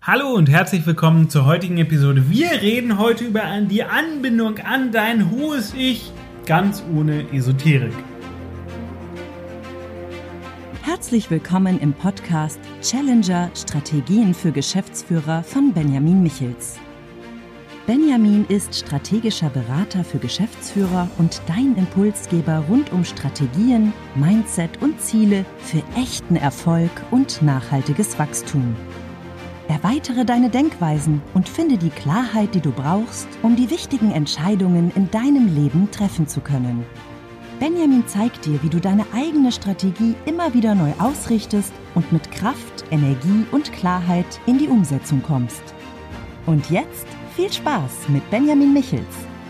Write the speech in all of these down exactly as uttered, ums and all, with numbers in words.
Hallo und herzlich willkommen zur heutigen Episode. Wir reden heute über die Anbindung an dein hohes Ich, ganz ohne Esoterik. Herzlich willkommen im Podcast Challenger – Strategien für Geschäftsführer von Benjamin Michels. Benjamin ist strategischer Berater für Geschäftsführer und dein Impulsgeber rund um Strategien, Mindset und Ziele für echten Erfolg und nachhaltiges Wachstum. Erweitere deine Denkweisen und finde die Klarheit, die du brauchst, um die wichtigen Entscheidungen in deinem Leben treffen zu können. Benjamin zeigt dir, wie du deine eigene Strategie immer wieder neu ausrichtest und mit Kraft, Energie und Klarheit in die Umsetzung kommst. Und jetzt viel Spaß mit Benjamin Michels.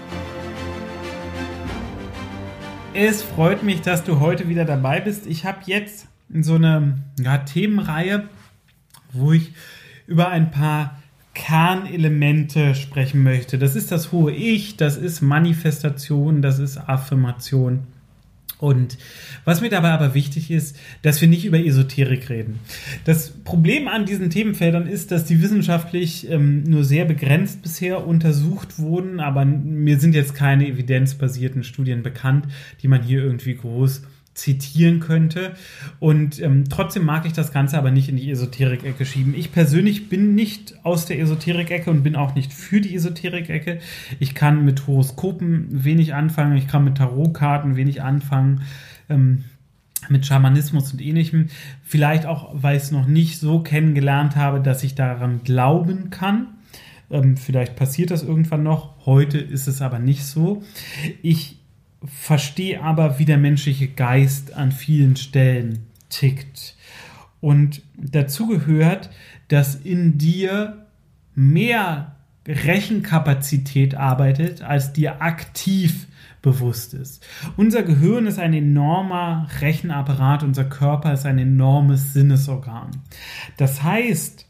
Es freut mich, dass du heute wieder dabei bist. Ich habe jetzt so eine ja, Themenreihe, wo ich über ein paar Kernelemente sprechen möchte. Das ist das hohe Ich, das ist Manifestation, das ist Affirmation. Und was mir dabei aber wichtig ist, dass wir nicht über Esoterik reden. Das Problem an diesen Themenfeldern ist, dass die wissenschaftlich ähm, nur sehr begrenzt bisher untersucht wurden, aber mir sind jetzt keine evidenzbasierten Studien bekannt, die man hier irgendwie groß zitieren könnte. Und ähm, trotzdem mag ich das Ganze aber nicht in die Esoterik-Ecke schieben. Ich persönlich bin nicht aus der Esoterik-Ecke und bin auch nicht für die Esoterik-Ecke. Ich kann mit Horoskopen wenig anfangen, ich kann mit Tarotkarten wenig anfangen, ähm, mit Schamanismus und Ähnlichem. Vielleicht auch, weil ich es noch nicht so kennengelernt habe, dass ich daran glauben kann. Ähm, vielleicht passiert das irgendwann noch. Heute ist es aber nicht so. Ich verstehe aber, wie der menschliche Geist an vielen Stellen tickt. Und dazu gehört, dass in dir mehr Rechenkapazität arbeitet, als dir aktiv bewusst ist. Unser Gehirn ist ein enormer Rechenapparat, unser Körper ist ein enormes Sinnesorgan. Das heißt,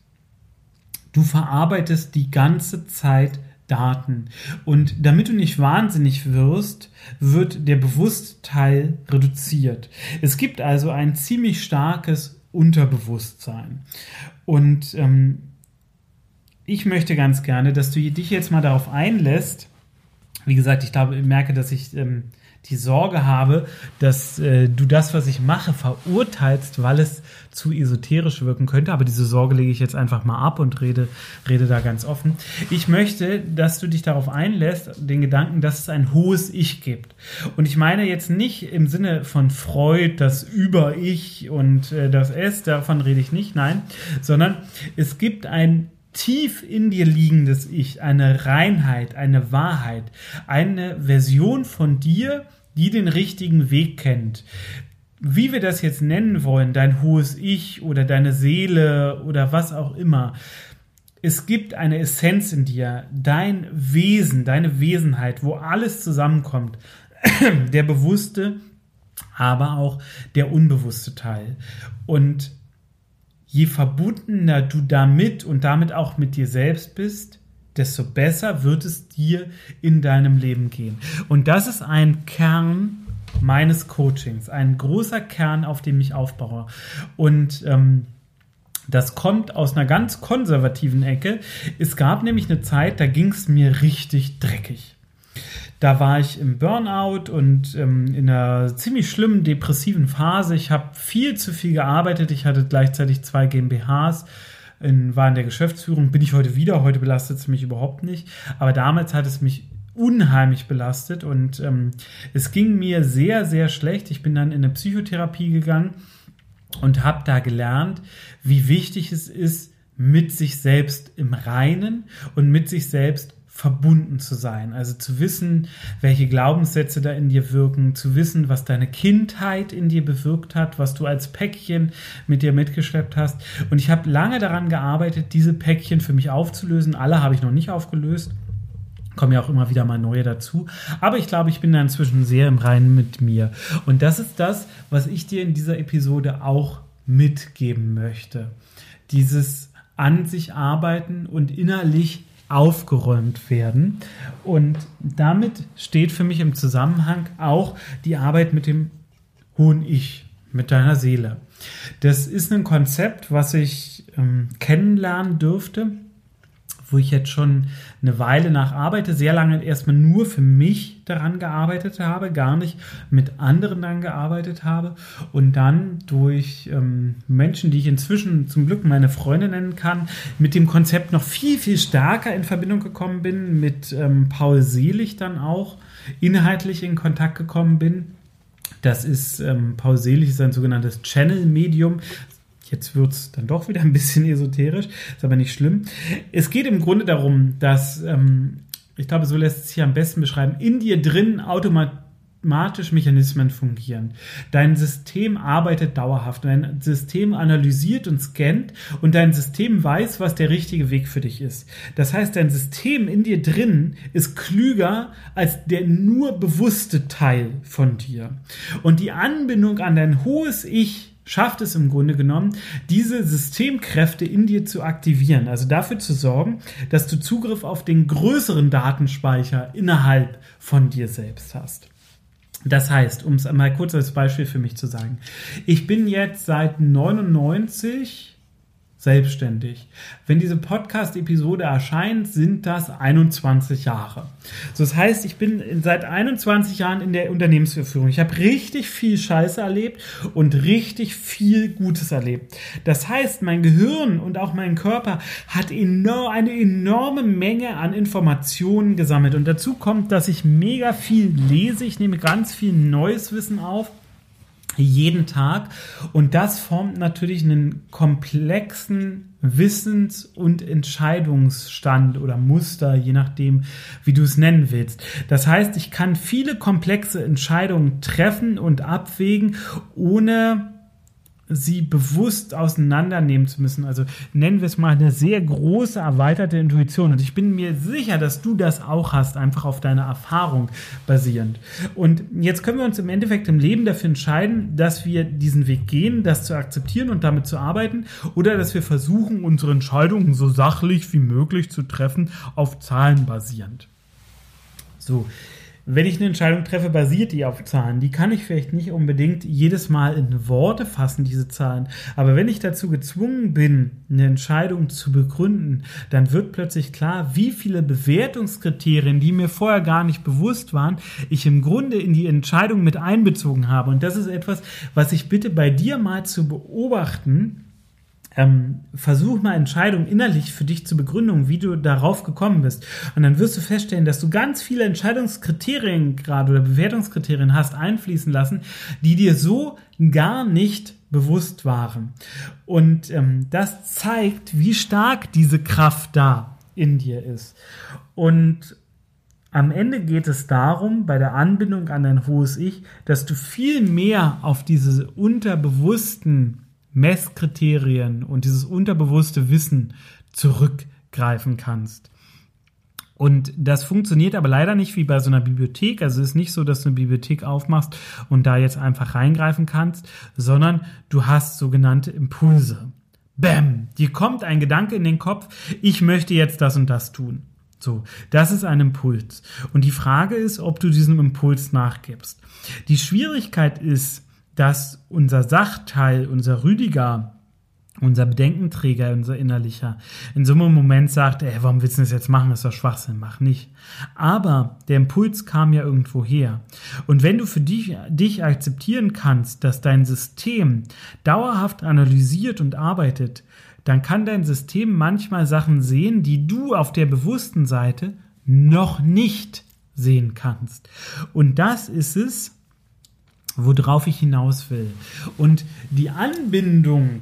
du verarbeitest die ganze Zeit Daten. Und damit du nicht wahnsinnig wirst, wird der Bewusstteil reduziert. Es gibt also ein ziemlich starkes Unterbewusstsein. Und ähm, ich möchte ganz gerne, dass du dich jetzt mal darauf einlässt. Wie gesagt, ich glaube, ich merke, dass ich ähm, die Sorge habe, dass äh, du das, was ich mache, verurteilst, weil es zu esoterisch wirken könnte. Aber diese Sorge lege ich jetzt einfach mal ab und rede, rede da ganz offen. Ich möchte, dass du dich darauf einlässt, den Gedanken, dass es ein hohes Ich gibt. Und ich meine jetzt nicht im Sinne von Freud, das Über-Ich und äh, das Es, davon rede ich nicht, nein, sondern es gibt ein tief in dir liegendes Ich, eine Reinheit, eine Wahrheit, eine Version von dir, die den richtigen Weg kennt. Wie wir das jetzt nennen wollen, dein hohes Ich oder deine Seele oder was auch immer, es gibt eine Essenz in dir, dein Wesen, deine Wesenheit, wo alles zusammenkommt, der bewusste, aber auch der unbewusste Teil. Und je verbundener du damit und damit auch mit dir selbst bist, desto besser wird es dir in deinem Leben gehen. Und das ist ein Kern meines Coachings, ein großer Kern, auf dem ich aufbaue. Und ähm, das kommt aus einer ganz konservativen Ecke. Es gab nämlich eine Zeit, da ging es mir richtig dreckig. Da war ich im Burnout und ähm, in einer ziemlich schlimmen depressiven Phase. Ich habe viel zu viel gearbeitet. Ich hatte gleichzeitig zwei GmbHs, in, war in der Geschäftsführung. Bin ich heute wieder. Heute belastet es mich überhaupt nicht. Aber damals hat es mich unheimlich belastet und ähm, es ging mir sehr, sehr schlecht. Ich bin dann in eine Psychotherapie gegangen und habe da gelernt, wie wichtig es ist, mit sich selbst im Reinen und mit sich selbst verbunden zu sein, also zu wissen, welche Glaubenssätze da in dir wirken, zu wissen, was deine Kindheit in dir bewirkt hat, was du als Päckchen mit dir mitgeschleppt hast. Und ich habe lange daran gearbeitet, diese Päckchen für mich aufzulösen. Alle habe ich noch nicht aufgelöst. Kommen ja auch immer wieder mal neue dazu. Aber ich glaube, ich bin da inzwischen sehr im Reinen mit mir. Und das ist das, was ich dir in dieser Episode auch mitgeben möchte. Dieses an sich arbeiten und innerlich aufgeräumt werden. Und damit steht für mich im Zusammenhang auch die Arbeit mit dem hohen Ich, mit deiner Seele. Das ist ein Konzept, was ich ähm, kennenlernen durfte, wo ich jetzt schon eine Weile nacharbeite, sehr lange erstmal nur für mich daran gearbeitet habe, gar nicht mit anderen daran gearbeitet habe und dann durch ähm, Menschen, die ich inzwischen zum Glück meine Freunde nennen kann, mit dem Konzept noch viel, viel stärker in Verbindung gekommen bin, mit ähm, Paul Selig dann auch inhaltlich in Kontakt gekommen bin. Das ist, ähm, Paul Selig ist ein sogenanntes Channel-Medium. Jetzt wird es dann doch wieder ein bisschen esoterisch, ist aber nicht schlimm. Es geht im Grunde darum, dass, ähm, ich glaube, so lässt es sich am besten beschreiben, in dir drin automatisch Mechanismen fungieren. Dein System arbeitet dauerhaft, dein System analysiert und scannt und dein System weiß, was der richtige Weg für dich ist. Das heißt, dein System in dir drin ist klüger als der nur bewusste Teil von dir. Und die Anbindung an dein hohes Ich schafft es im Grunde genommen, diese Systemkräfte in dir zu aktivieren. Also dafür zu sorgen, dass du Zugriff auf den größeren Datenspeicher innerhalb von dir selbst hast. Das heißt, um es mal kurz als Beispiel für mich zu sagen, ich bin jetzt seit neunundneunzig selbstständig. Wenn diese Podcast-Episode erscheint, sind das einundzwanzig Jahre. So, das heißt, ich bin seit einundzwanzig Jahren in der Unternehmensführung. Ich habe richtig viel Scheiße erlebt und richtig viel Gutes erlebt. Das heißt, mein Gehirn und auch mein Körper hat enorm, eine enorme Menge an Informationen gesammelt. Und dazu kommt, dass ich mega viel lese. Ich nehme ganz viel neues Wissen auf. Jeden Tag. Und das formt natürlich einen komplexen Wissens- und Entscheidungsstand oder Muster, je nachdem, wie du es nennen willst. Das heißt, ich kann viele komplexe Entscheidungen treffen und abwägen, ohne sie bewusst auseinandernehmen zu müssen. Also nennen wir es mal eine sehr große, erweiterte Intuition. Und ich bin mir sicher, dass du das auch hast, einfach auf deiner Erfahrung basierend. Und jetzt können wir uns im Endeffekt im Leben dafür entscheiden, dass wir diesen Weg gehen, das zu akzeptieren und damit zu arbeiten, oder dass wir versuchen, unsere Entscheidungen so sachlich wie möglich zu treffen, auf Zahlen basierend. So. Wenn ich eine Entscheidung treffe, basiert die auf Zahlen. Die kann ich vielleicht nicht unbedingt jedes Mal in Worte fassen, diese Zahlen. Aber wenn ich dazu gezwungen bin, eine Entscheidung zu begründen, dann wird plötzlich klar, wie viele Bewertungskriterien, die mir vorher gar nicht bewusst waren, ich im Grunde in die Entscheidung mit einbezogen habe. Und das ist etwas, was ich bitte bei dir mal zu beobachten. Ähm, versuch mal Entscheidungen innerlich für dich zu begründen, wie du darauf gekommen bist. Und dann wirst du feststellen, dass du ganz viele Entscheidungskriterien gerade oder Bewertungskriterien hast einfließen lassen, die dir so gar nicht bewusst waren. Und ähm, das zeigt, wie stark diese Kraft da in dir ist. Und am Ende geht es darum, bei der Anbindung an dein hohes Ich, dass du viel mehr auf diese unterbewussten Messkriterien und dieses unterbewusste Wissen zurückgreifen kannst. Und das funktioniert aber leider nicht wie bei so einer Bibliothek. Also es ist nicht so, dass du eine Bibliothek aufmachst und da jetzt einfach reingreifen kannst, sondern du hast sogenannte Impulse. Bäm! Dir kommt ein Gedanke in den Kopf, ich möchte jetzt das und das tun. So, das ist ein Impuls. Und die Frage ist, ob du diesem Impuls nachgibst. Die Schwierigkeit ist, dass unser Sachteil, unser Rüdiger, unser Bedenkenträger, unser Innerlicher in so einem Moment sagt, ey, warum willst du das jetzt machen? Das ist doch Schwachsinn, mach nicht. Aber der Impuls kam ja irgendwo her. Und wenn du für dich, dich akzeptieren kannst, dass dein System dauerhaft analysiert und arbeitet, dann kann dein System manchmal Sachen sehen, die du auf der bewussten Seite noch nicht sehen kannst. Und das ist es, worauf ich hinaus will. Und die Anbindung,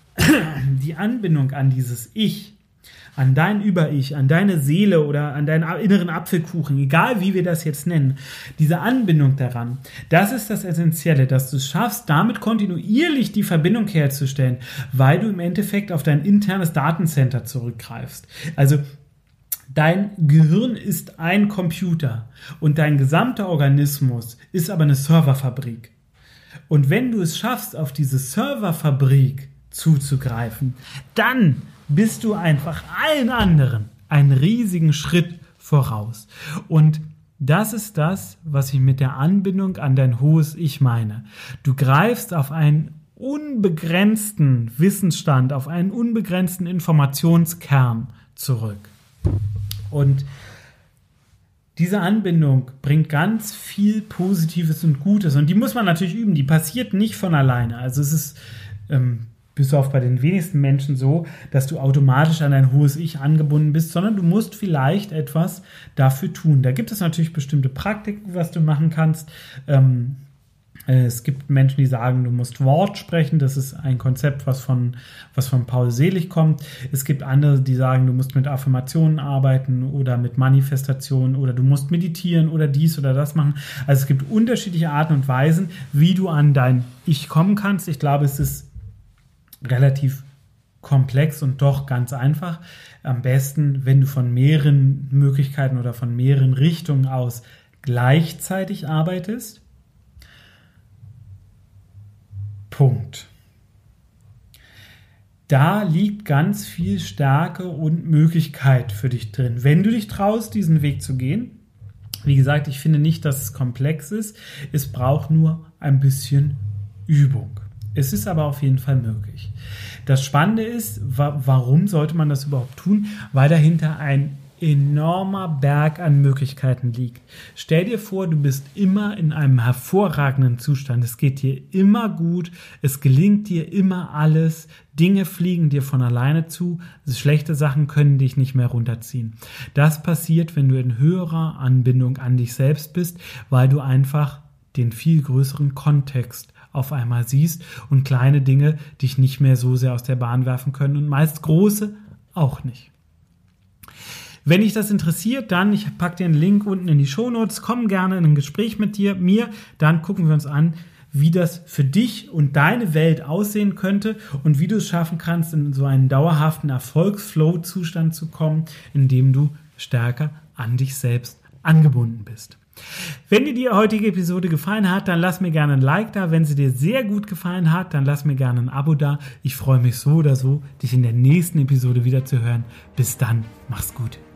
die Anbindung an dieses Ich, an dein Über-Ich, an deine Seele oder an deinen inneren Apfelkuchen, egal wie wir das jetzt nennen, diese Anbindung daran, das ist das Essentielle, dass du es schaffst, damit kontinuierlich die Verbindung herzustellen, weil du im Endeffekt auf dein internes Datencenter zurückgreifst. Also dein Gehirn ist ein Computer und dein gesamter Organismus ist aber eine Serverfabrik. Und wenn du es schaffst, auf diese Serverfabrik zuzugreifen, dann bist du einfach allen anderen einen riesigen Schritt voraus. Und Das ist das, was ich mit der Anbindung an dein hohes Ich meine. Du greifst auf einen unbegrenzten Wissensstand, auf einen unbegrenzten Informationskern zurück. Und diese Anbindung bringt ganz viel Positives und Gutes. Und die muss man natürlich üben. Die passiert nicht von alleine. Also es ist ähm, bis auf bei den wenigsten Menschen so, dass du automatisch an dein hohes Ich angebunden bist, sondern du musst vielleicht etwas dafür tun. Da gibt es natürlich bestimmte Praktiken, was du machen kannst. Ähm, Es gibt Menschen, die sagen, du musst Wort sprechen. Das ist ein Konzept, was von, was von Paul Selig kommt. Es gibt andere, die sagen, du musst mit Affirmationen arbeiten oder mit Manifestationen oder du musst meditieren oder dies oder das machen. Also es gibt unterschiedliche Arten und Weisen, wie du an dein Ich kommen kannst. Ich glaube, es ist relativ komplex und doch ganz einfach. Am besten, wenn du von mehreren Möglichkeiten oder von mehreren Richtungen aus gleichzeitig arbeitest. Punkt. Da liegt ganz viel Stärke und Möglichkeit für dich drin, wenn du dich traust, diesen Weg zu gehen. Wie gesagt, ich finde nicht, dass es komplex ist. Es braucht nur ein bisschen Übung. Es ist aber auf jeden Fall möglich. Das Spannende ist, wa- warum sollte man das überhaupt tun? Weil dahinter ein enormer Berg an Möglichkeiten liegt. Stell dir vor, du bist immer in einem hervorragenden Zustand. Es geht dir immer gut, es gelingt dir immer alles, Dinge fliegen dir von alleine zu, schlechte Sachen können dich nicht mehr runterziehen. Das passiert, wenn du in höherer Anbindung an dich selbst bist, weil du einfach den viel größeren Kontext auf einmal siehst und kleine Dinge dich nicht mehr so sehr aus der Bahn werfen können und meist große auch nicht. Wenn dich das interessiert, dann, ich packe dir einen Link unten in die Shownotes, komm gerne in ein Gespräch mit dir, mir, dann gucken wir uns an, wie das für dich und deine Welt aussehen könnte und wie du es schaffen kannst, in so einen dauerhaften Erfolgsflow-Zustand zu kommen, in dem du stärker an dich selbst angebunden bist. Wenn dir die heutige Episode gefallen hat, dann lass mir gerne ein Like da. Wenn sie dir sehr gut gefallen hat, dann lass mir gerne ein Abo da. Ich freue mich so oder so, dich in der nächsten Episode wieder zu hören. Bis dann, mach's gut.